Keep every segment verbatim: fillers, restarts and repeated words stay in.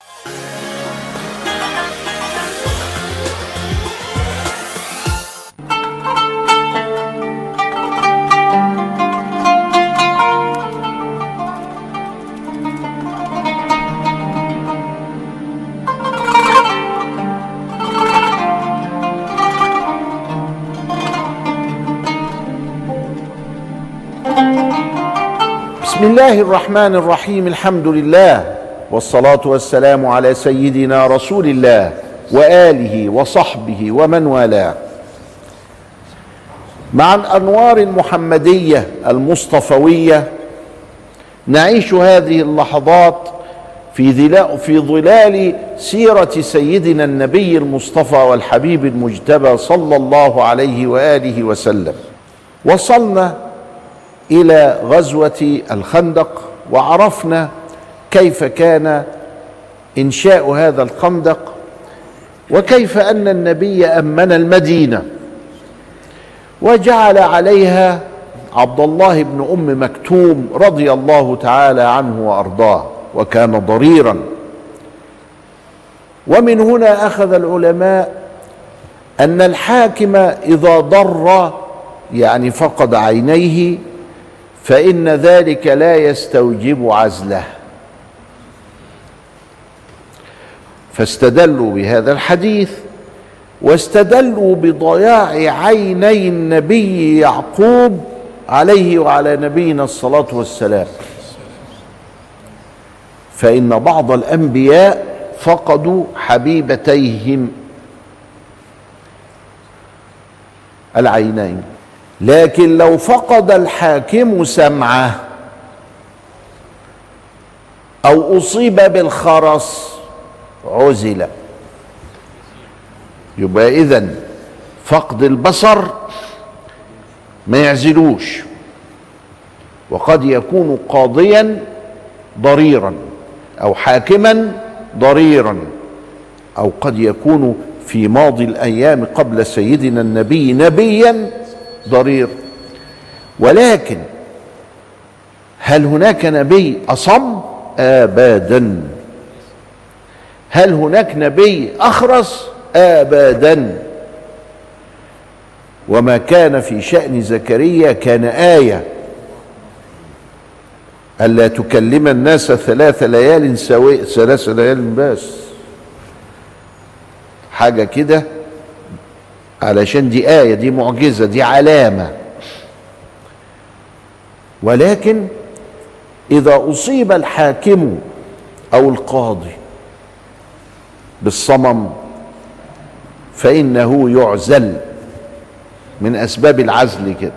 بسم الله الرحمن الرحيم. الحمد لله والصلاة والسلام على سيدنا رسول الله وآله وصحبه ومن والاه. مع الأنوار المحمدية المصطفوية نعيش هذه اللحظات في في ظلال سيرة سيدنا النبي المصطفى والحبيب المجتبى صلى الله عليه وآله وسلم. وصلنا إلى غزوة الخندق وعرفنا كيف كان إنشاء هذا الخندق وكيف أن النبي أمن المدينة وجعل عليها عبد الله بن أم مكتوم رضي الله تعالى عنه وأرضاه، وكان ضريرا. ومن هنا أخذ العلماء أن الحاكم إذا ضر يعني فقد عينيه فإن ذلك لا يستوجب عزله، فاستدلوا بهذا الحديث واستدلوا بضياع عيني النبي يعقوب عليه وعلى نبينا الصلاة والسلام، فإن بعض الأنبياء فقدوا حبيبتيهم العينين، لكن لو فقد الحاكم سمعه أو أصيب بالخرس عزل. يبقى إذن فقد البصر ما يعزلوش، وقد يكون قاضيا ضريرا أو حاكما ضريرا، أو قد يكون في ماضي الأيام قبل سيدنا النبي نبيا ضرير. ولكن هل هناك نبي أصم؟ أبدا. هل هناك نبي أخرس؟ أبدا. وما كان في شأن زكريا كان آية، ألا تكلم الناس ثلاث ليال سوية، ثلاث ليال بس، حاجة كده، علشان دي آية، دي معجزة، دي علامة. ولكن إذا أصيب الحاكم أو القاضي بالصمم فإنه يعزل من أسباب العزل كده.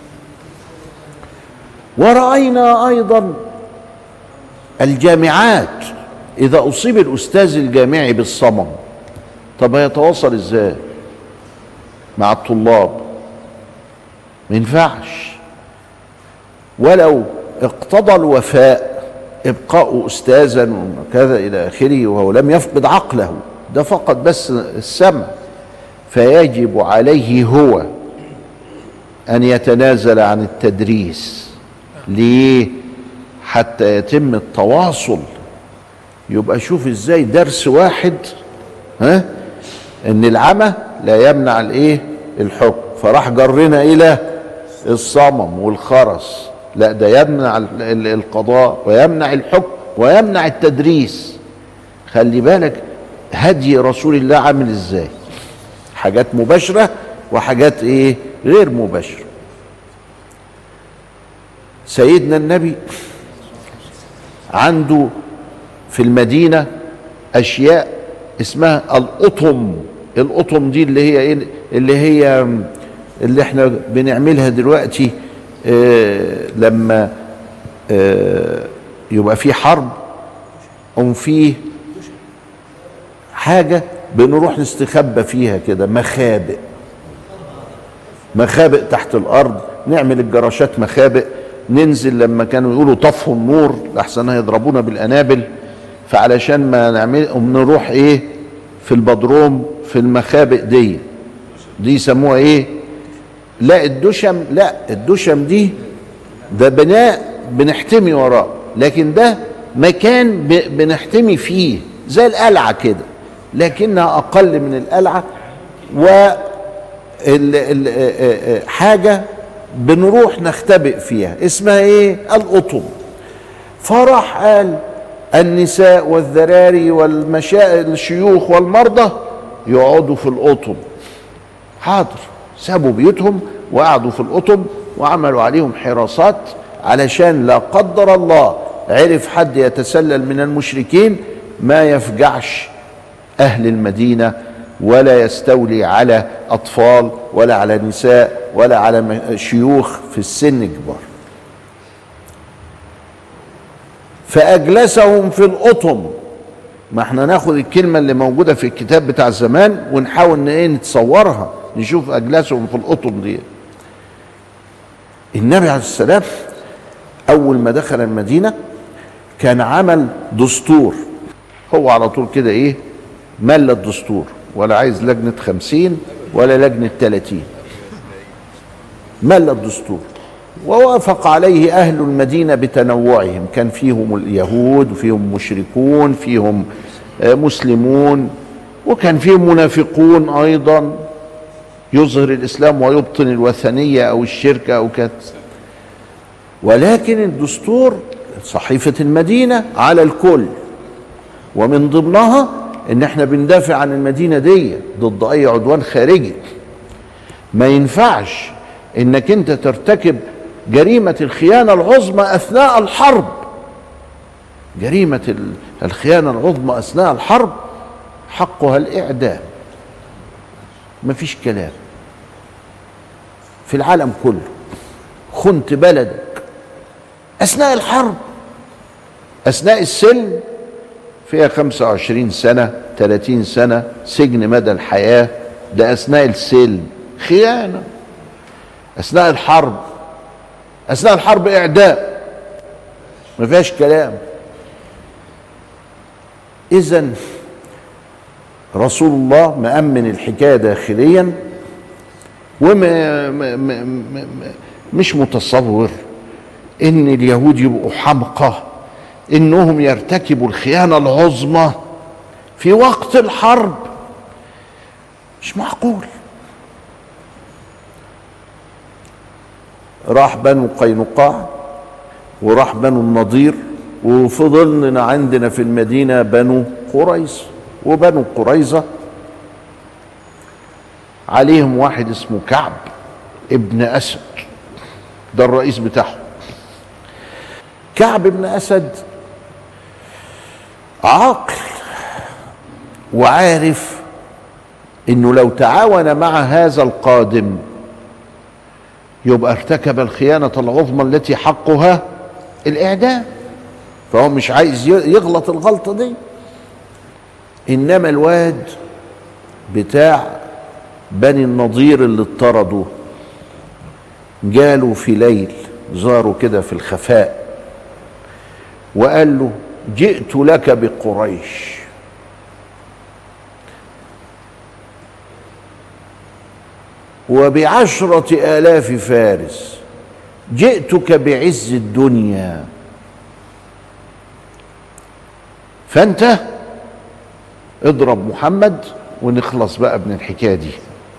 ورأينا أيضا الجامعات إذا أصيب الأستاذ الجامعي بالصمم، طب هيتواصل إزاي مع الطلاب؟ ما ينفعش. ولو اقتضى الوفاء ابقاء استاذا وكذا الى اخره وهو لم يفقد عقله، ده فقط بس السمع، فيجب عليه هو ان يتنازل عن التدريس. ليه؟ حتى يتم التواصل. يبقى شوف ازاي درس واحد، ها، ان العمى لا يمنع الايه الحكم، فراح جرنا الى الصمم والخرس، لا ده يمنع القضاء ويمنع الحكم ويمنع التدريس. خلي بالك هدي رسول الله عامل ازاي، حاجات مباشرة وحاجات ايه غير مباشرة. سيدنا النبي عنده في المدينة اشياء اسمها القطم. القطم دي اللي هي ايه؟ اللي هي اللي احنا بنعملها دلوقتي آه لما آه يبقى في حرب او في حاجة بنروح نستخبى فيها كده، مخابئ. مخابئ تحت الارض، نعمل الجراشات مخابئ، ننزل لما كانوا يقولوا طفوا النور لحسن هيضربونا بالانابل، فعلشان ما نعمل نروح ايه في البدروم في المخابئ دي دي يسموها ايه؟ لا الدشم، لا الدشم دي ده بناء بنحتمي وراه، لكن ده مكان بنحتمي فيه زي القلعة كده، لكنها أقل من القلعة، و حاجة بنروح نختبئ فيها اسمها ايه؟ القطب. فراح قال النساء والذراري والمشايخ الشيوخ والمرضى يقعدوا في القطب. حاضر، سابوا بيوتهم وقعدوا في القطب وعملوا عليهم حراسات علشان لا قدر الله عرف حد يتسلل من المشركين ما يفجعش أهل المدينة، ولا يستولي على أطفال ولا على نساء ولا على شيوخ في السن كبار. فأجلسهم في القطب. ما احنا ناخد الكلمة اللي موجودة في الكتاب بتاع زمان ونحاول ايه نتصورها، نشوف أجلسهم في القطب دي. النبي عليه السلام أول ما دخل المدينة كان عمل دستور، هو على طول كده ايه مل الدستور، ولا عايز لجنة خمسين ولا لجنة تلاتين، مل الدستور ووافق عليه أهل المدينة بتنوعهم، كان فيهم اليهود وفيهم مشركون، فيهم مسلمون، وكان فيهم منافقون أيضا يظهر الإسلام ويبطن الوثنية أو الشرك أو كذا. ولكن الدستور صحيفة المدينة على الكل، ومن ضمنها ان احنا بندافع عن المدينة دي ضد اي عدوان خارجي. ما ينفعش انك انت ترتكب جريمة الخيانة العظمى اثناء الحرب. جريمة الخيانة العظمى اثناء الحرب حقها الاعدام، مفيش كلام. في العالم كله خنت بلدك اثناء الحرب، اثناء السلم، فيها خمسة وعشرين سنة ثلاثين سنة سجن مدى الحياة. ده أثناء السلم خيانة، أثناء الحرب، أثناء الحرب إعداء، ما فيهاش كلام. إذن رسول الله مأمن الحكاية داخليا، ومش متصور إن اليهود يبقوا حمقى انهم يرتكبوا الخيانة العظمى في وقت الحرب، مش معقول. راح بنو قينقاع وراح بنو النضير، وفضلنا عندنا في المدينة بنو قريظة. وبنو قريظة عليهم واحد اسمه كعب ابن أسد، ده الرئيس بتاعهم. كعب ابن أسد عاقل وعارف انه لو تعاون مع هذا القادم يبقى ارتكب الخيانة العظمى التي حقها الاعدام، فهو مش عايز يغلط الغلطة دي. انما الواد بتاع بني النضير اللي اطردوا جاله في ليل، زاروا كده في الخفاء وقال له جئت لك بقريش، وبعشرة آلاف فارس، جئتك بعز الدنيا، فأنت اضرب محمد ونخلص بقى من الحكاية دي.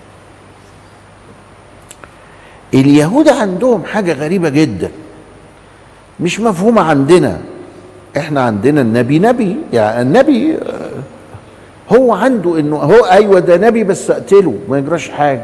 اليهود عندهم حاجة غريبة جدا مش مفهومة عندنا. احنا عندنا النبي نبي، يعني النبي هو عنده انه هو ايوه ده نبي بس اقتله ما يجراش حاجه.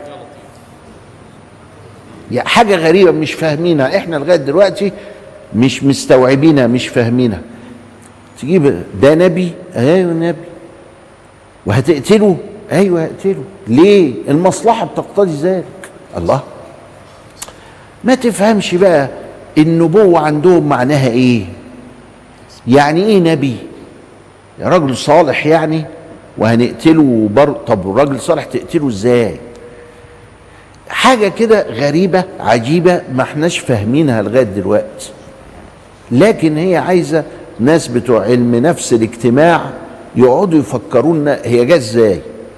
يعني حاجه غريبه مش فاهمينها احنا لغايه دلوقتي، مش مستوعبينها مش فاهمينها. تجيب ده نبي، ايوه نبي، وهتقتله، ايوه هقتله، ليه؟ المصلحه بتقتضي ذلك. الله، ما تفهمش بقى النبوه عندهم معناها ايه؟ يعني ايه نبي؟ يا راجل صالح يعني وهنقتله بر... طب الراجل صالح تقتله ازاي؟ حاجه كده غريبه عجيبه ما احناش فاهمينها لغايه دلوقتي. لكن هي عايزه ناس بتوع علم نفس الاجتماع يقعدوا يفكرونا هي جايه ازاي؟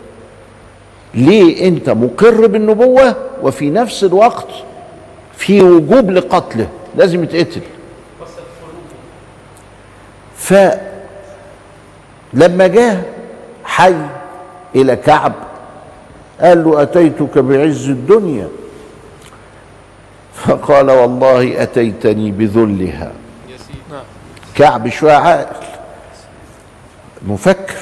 ليه انت مقر بالنبوه وفي نفس الوقت في وجوب لقتله، لازم يتقتل. لما جاء حي الى كعب قال له اتيتك بعز الدنيا، فقال والله اتيتني بذلها. كعب شويه عاقل مفكر،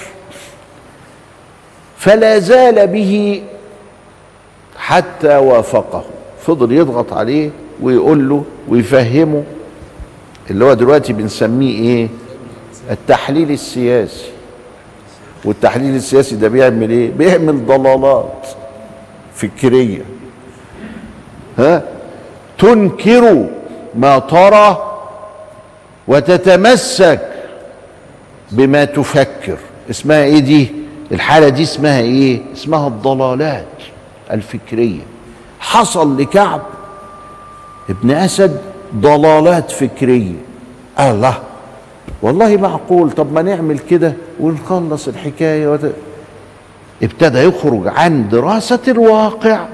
فلا زال به حتى وافقه، فضل يضغط عليه ويقول له ويفهمه اللي هو دلوقتي بنسميه ايه؟ التحليل السياسي. والتحليل السياسي ده بيعمل ايه؟ بيعمل ضلالات فكريه، ها، تنكر ما ترى وتتمسك بما تفكر. اسمها ايه دي؟ الحالة دي اسمها ايه؟ اسمها الضلالات الفكرية. حصل لكعب ابن اسد ضلالات فكرية. الله، والله معقول، طب ما نعمل كده ونخلص الحكاية وت... ابتدى يخرج عن دراسة الواقع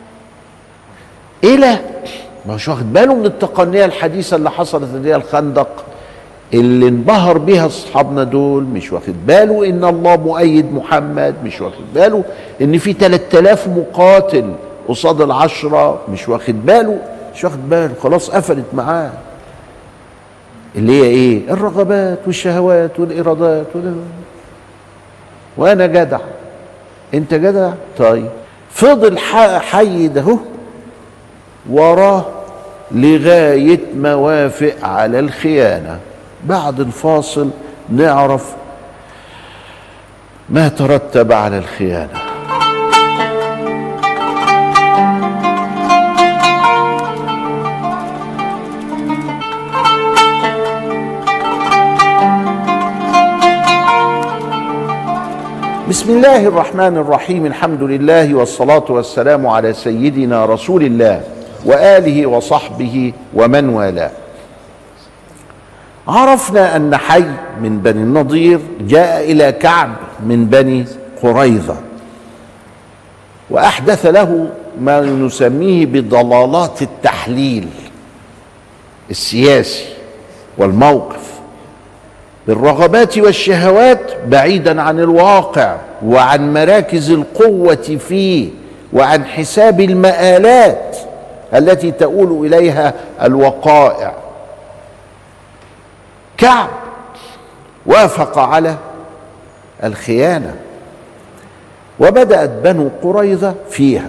الى مش واخد باله من التقنية الحديثة اللي حصلت اللي هي الخندق اللي انبهر بها اصحابنا دول، مش واخد باله ان الله مؤيد محمد، مش واخد باله ان في ثلاثة آلاف مقاتل قصاد العشرة، مش واخد باله مش واخد باله خلاص قفلت معاه اللي هي ايه؟ الرغبات والشهوات والارادات وال... وانا جدع، انت جدع، طيب. فضل حي ده هو وراه لغاية ما وافق على الخيانة. بعد الفاصل نعرف ما ترتب على الخيانة. بسم الله الرحمن الرحيم، الحمد لله والصلاة والسلام على سيدنا رسول الله وآله وصحبه ومن والاه. عرفنا أن حي من بني النضير جاء إلى كعب من بني قريظة وأحدث له ما نسميه بضلالات التحليل السياسي والموقف بالرغبات والشهوات بعيدا عن الواقع وعن مراكز القوة فيه وعن حساب المآلات التي تؤول إليها الوقائع. كعب وافق على الخيانة وبدأت بنو قريظة فيها.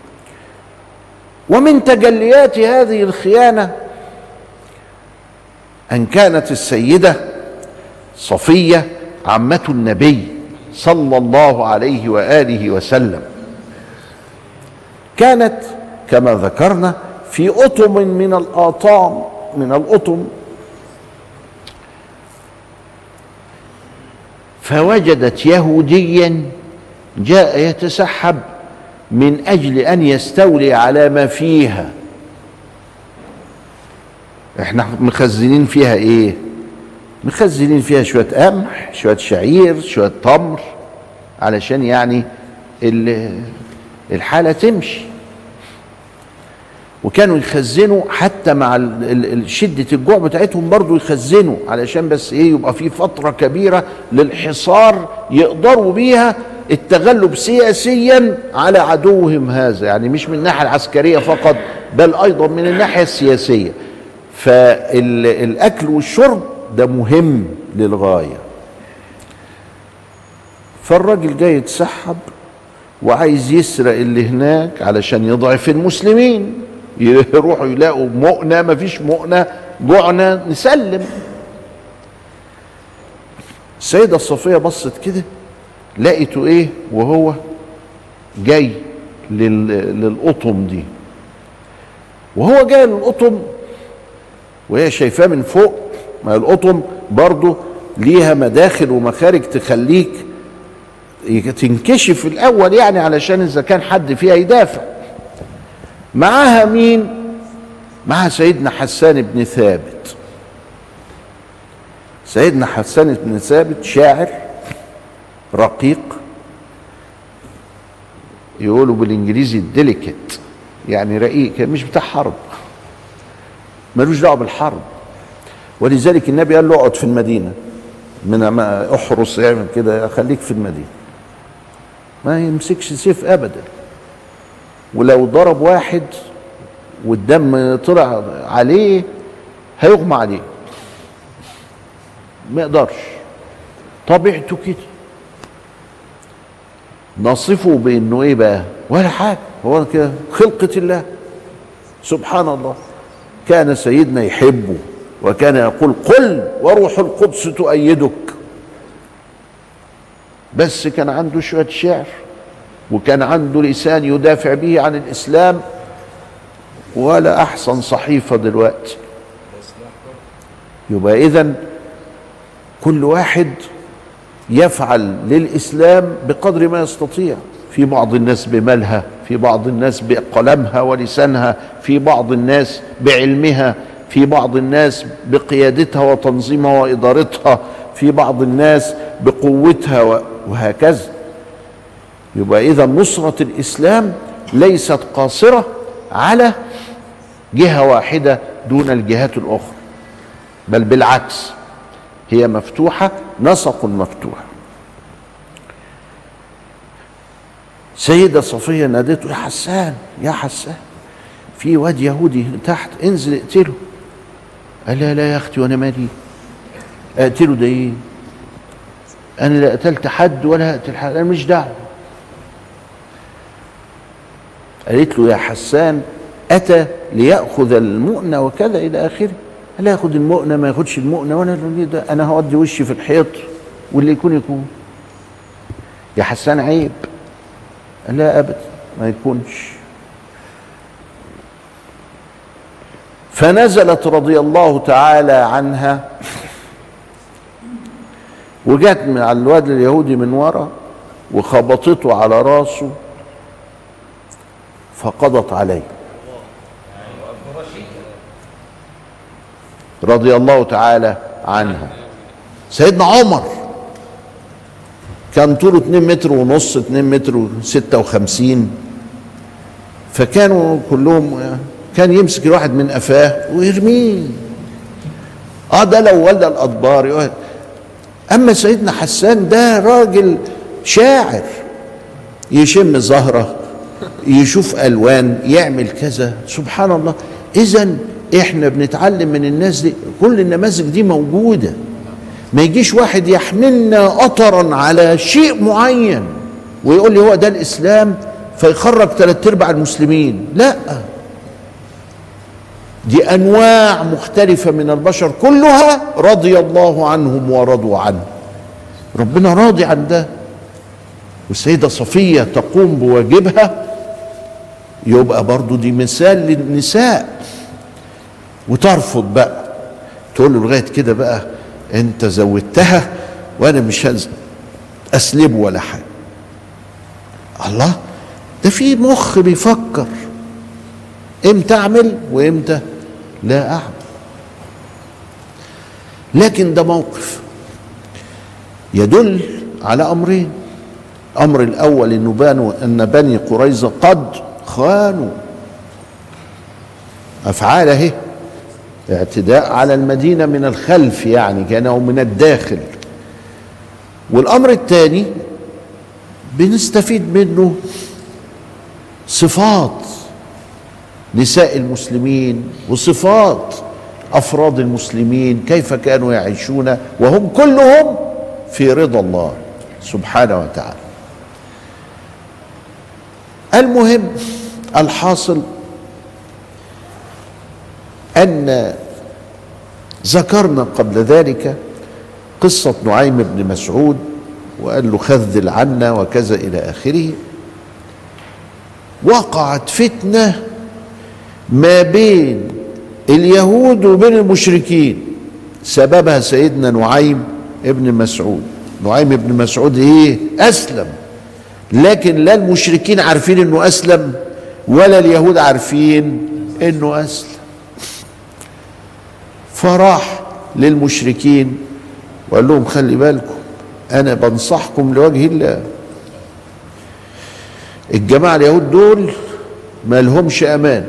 ومن تجليات هذه الخيانة أن كانت السيدة صفية عمة النبي صلى الله عليه وآله وسلم كانت كما ذكرنا في أطم من الأطام من الأطم، فوجدت يهوديا جاء يتسحب من أجل أن يستولي على ما فيها. احنا مخزنين فيها ايه؟ مخزنين فيها شوية قمح، شوية شعير، شوية تمر، علشان يعني الحالة تمشي. وكانوا يخزنوا حتى مع شدة الجوع بتاعتهم برضو يخزنوا علشان بس ايه؟ يبقى في فترة كبيرة للحصار يقدروا بيها التغلب سياسيا على عدوهم هذا، يعني مش من الناحية العسكرية فقط بل ايضا من الناحية السياسية. فالاكل والشرب ده مهم للغاية. فالراجل جاي يتسحب وعايز يسرق اللي هناك علشان يضعف المسلمين، يروحوا يلاقوا مؤنة، مفيش مؤنة، جوعنا نسلم. السيدة الصفية بصت كده لقيته ايه وهو جاي للقطم دي، وهو جاي للقطم وهي شايفاه من فوق. ما القطم برضو ليها مداخل ومخارج تخليك تنكشف الاول يعني علشان اذا كان حد فيها يدافع. معاها مين؟ معاها سيدنا حسان بن ثابت. سيدنا حسان بن ثابت شاعر رقيق، يقولوا بالانجليزي ديليكت، يعني رقيق، مش بتاع حرب، ملوش دعوه بالحرب. ولذلك النبي قال له اقعد في المدينه من ما احرص يعمل كده، خليك في المدينة، ما يمسكش سيف ابدا. ولو ضرب واحد والدم طلع عليه هيغمى عليه، ما يقدرش، طبيعته كده. نصفه بانه ايه بقى؟ ولا حاجه، هو كده خلقة الله سبحان الله. كان سيدنا يحبه وكان يقول قل وروح القدس تؤيدك، بس كان عنده شوية شعر وكان عنده لسان يدافع به عن الإسلام، ولا أحسن صحيفة دلوقتي. يبقى إذن كل واحد يفعل للإسلام بقدر ما يستطيع، في بعض الناس بمالها، في بعض الناس بقلمها ولسانها، في بعض الناس بعلمها، في بعض الناس بقيادتها وتنظيمها وإدارتها، في بعض الناس بقوتها، وهكذا. يبقى إذا نصرة الإسلام ليست قاصرة على جهة واحدة دون الجهات الأخرى، بل بالعكس هي مفتوحة، نسق مفتوح. سيدة صفية نادته يا حسان يا حسان، في واد يهودي تحت، انزل اقتله. قال لا لا يا اختي، وانا مالي اقتله؟ ده ايه؟ انا لا قتلت حد ولا هقتل حد، انا مش دعوه. قالت له يا حسان اتى ليأخذ المؤنة وكذا الى اخره. قال لا ياخد المؤنة ما ياخدش المؤنة، وانا ده انا هودي وشي في الحيط واللي يكون يكون. يا حسان عيب. قال لا ابدا ما يكونش. فنزلت رضي الله تعالى عنها وجت على الواد اليهودي من ورا وخبطته على راسه فقضت عليه رضي الله تعالى عنها. سيدنا عمر كان طوله اتنين متر ونص، اتنين متر وستة وخمسين، فكانوا كلهم كان يمسك الواحد من قفاه ويرميه. اه ده لو ولى الادبار. اما سيدنا حسان ده راجل شاعر، يشم زهره، يشوف الوان، يعمل كذا، سبحان الله. اذا احنا بنتعلم من الناس دي، كل النماذج دي موجوده. ما يجيش واحد يحملنا قطرا على شيء معين ويقول لي هو ده الاسلام فيخرج ثلاث ارباع المسلمين، لا، دي انواع مختلفه من البشر كلها رضي الله عنهم ورضوا عنه. ربنا راضي عن ده. والسيده صفيه تقوم بواجبها، يبقى برضو دي مثال للنساء. وترفض بقى، تقول له لغايه كده بقى انت زودتها وانا مش اسلبه ولا حاجه. الله، ده في مخ بيفكر امتى اعمل وامتى لا اعمل. لكن ده موقف يدل على امرين. امر الاول انه بانوا ان بني قريظه قد خانوا، افعال اهي اعتداء على المدينه من الخلف، يعني كانوا من الداخل. والامر الثاني بنستفيد منه صفات نساء المسلمين وصفات افراد المسلمين، كيف كانوا يعيشون وهم كلهم في رضا الله سبحانه وتعالى. المهم الحاصل ان ذكرنا قبل ذلك قصة نعيم بن مسعود، وقال له خذل عنا وكذا الى اخره. وقعت فتنة ما بين اليهود وبين المشركين، سببها سيدنا نعيم ابن مسعود. نعيم ابن مسعود ايه؟ اسلم، لكن لا المشركين عارفين انه اسلم ولا اليهود عارفين انه اسلم. فراح للمشركين وقال لهم خلي بالكم، انا بنصحكم لوجه الله، الجماعة اليهود دول ما لهمش امان،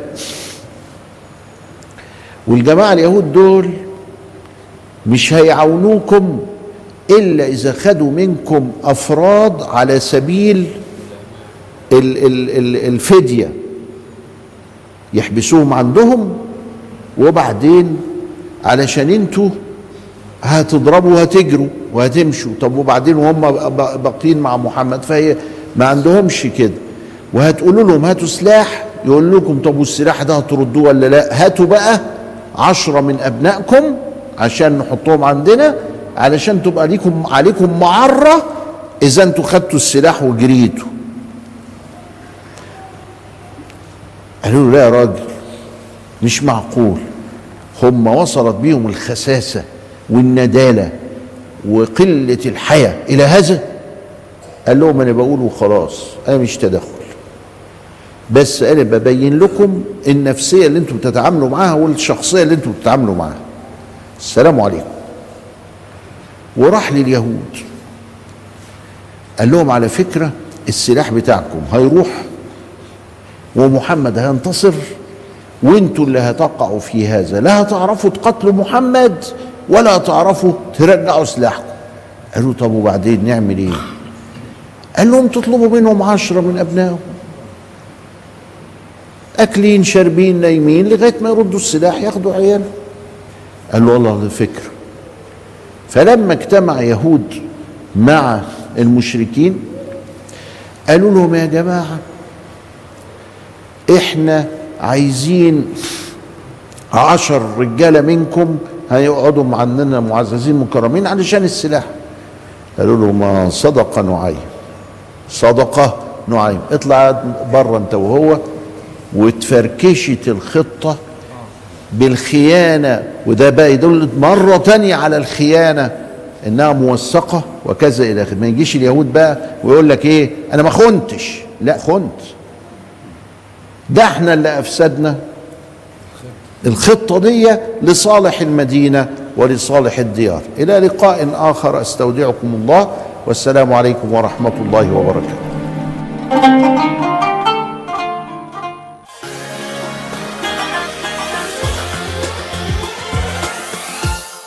والجماعة اليهود دول مش هيعاونوكم إلا إذا خدوا منكم أفراد على سبيل ال ال ال الفدية، يحبسوهم عندهم وبعدين علشان انتوا هتضربوا وهتجروا وهتمشوا. طب وبعدين وهم باقين مع محمد؟ فهي ما عندهمش كده. وهتقولوا لهم هاتوا سلاح، يقول لكم طب والسلاح ده هتردوه ولا لا؟ هاتوا بقى عشرة من أبنائكم عشان نحطهم عندنا، علشان تبقى ليكم عليكم معرة إذا انتوا خدتوا السلاح وجريتوا. قالوا له لا يا راجل، مش معقول، هم وصلت بيهم الخساسة والندالة وقلة الحياة إلى هذا؟ قال لهم أنا بقوله خلاص، أنا مش تدخل، بس أنا ببين لكم النفسية اللي انتم بتتعاملوا معاها والشخصية اللي انتم بتتعاملوا معاها. السلام عليكم. وراح لليهود قال لهم على فكرة السلاح بتاعكم هيروح ومحمد هينتصر، وانتوا اللي هتقعوا في هذا، لا هتعرفوا تقتلوا محمد ولا هتعرفوا ترجعوا سلاحكم. قالوا طب وبعدين نعمل ايه؟ قال لهم تطلبوا منهم عشرة من ابنائهم اكلين شاربين نايمين لغايه ما يردوا السلاح ياخدوا عياله. قال له والله ده فكره. فلما اجتمع يهود مع المشركين قالوا لهم يا جماعه احنا عايزين عشر رجاله منكم هيقعدوا معنا معززين مكرمين علشان السلاح. قالوا له ما صدق نعيم، صدقه نعيم، اطلع بره انت وهو. واتفركشت الخطه بالخيانه، وده بقى يدل مره تانية على الخيانه انها موثقه وكذا الى اخره. ما يجيش اليهود بقى ويقول لك ايه انا ما خنتش، لا خنت، ده احنا اللي افسدنا الخطه دي لصالح المدينه ولصالح الديار. الى لقاء اخر، استودعكم الله والسلام عليكم ورحمه الله وبركاته.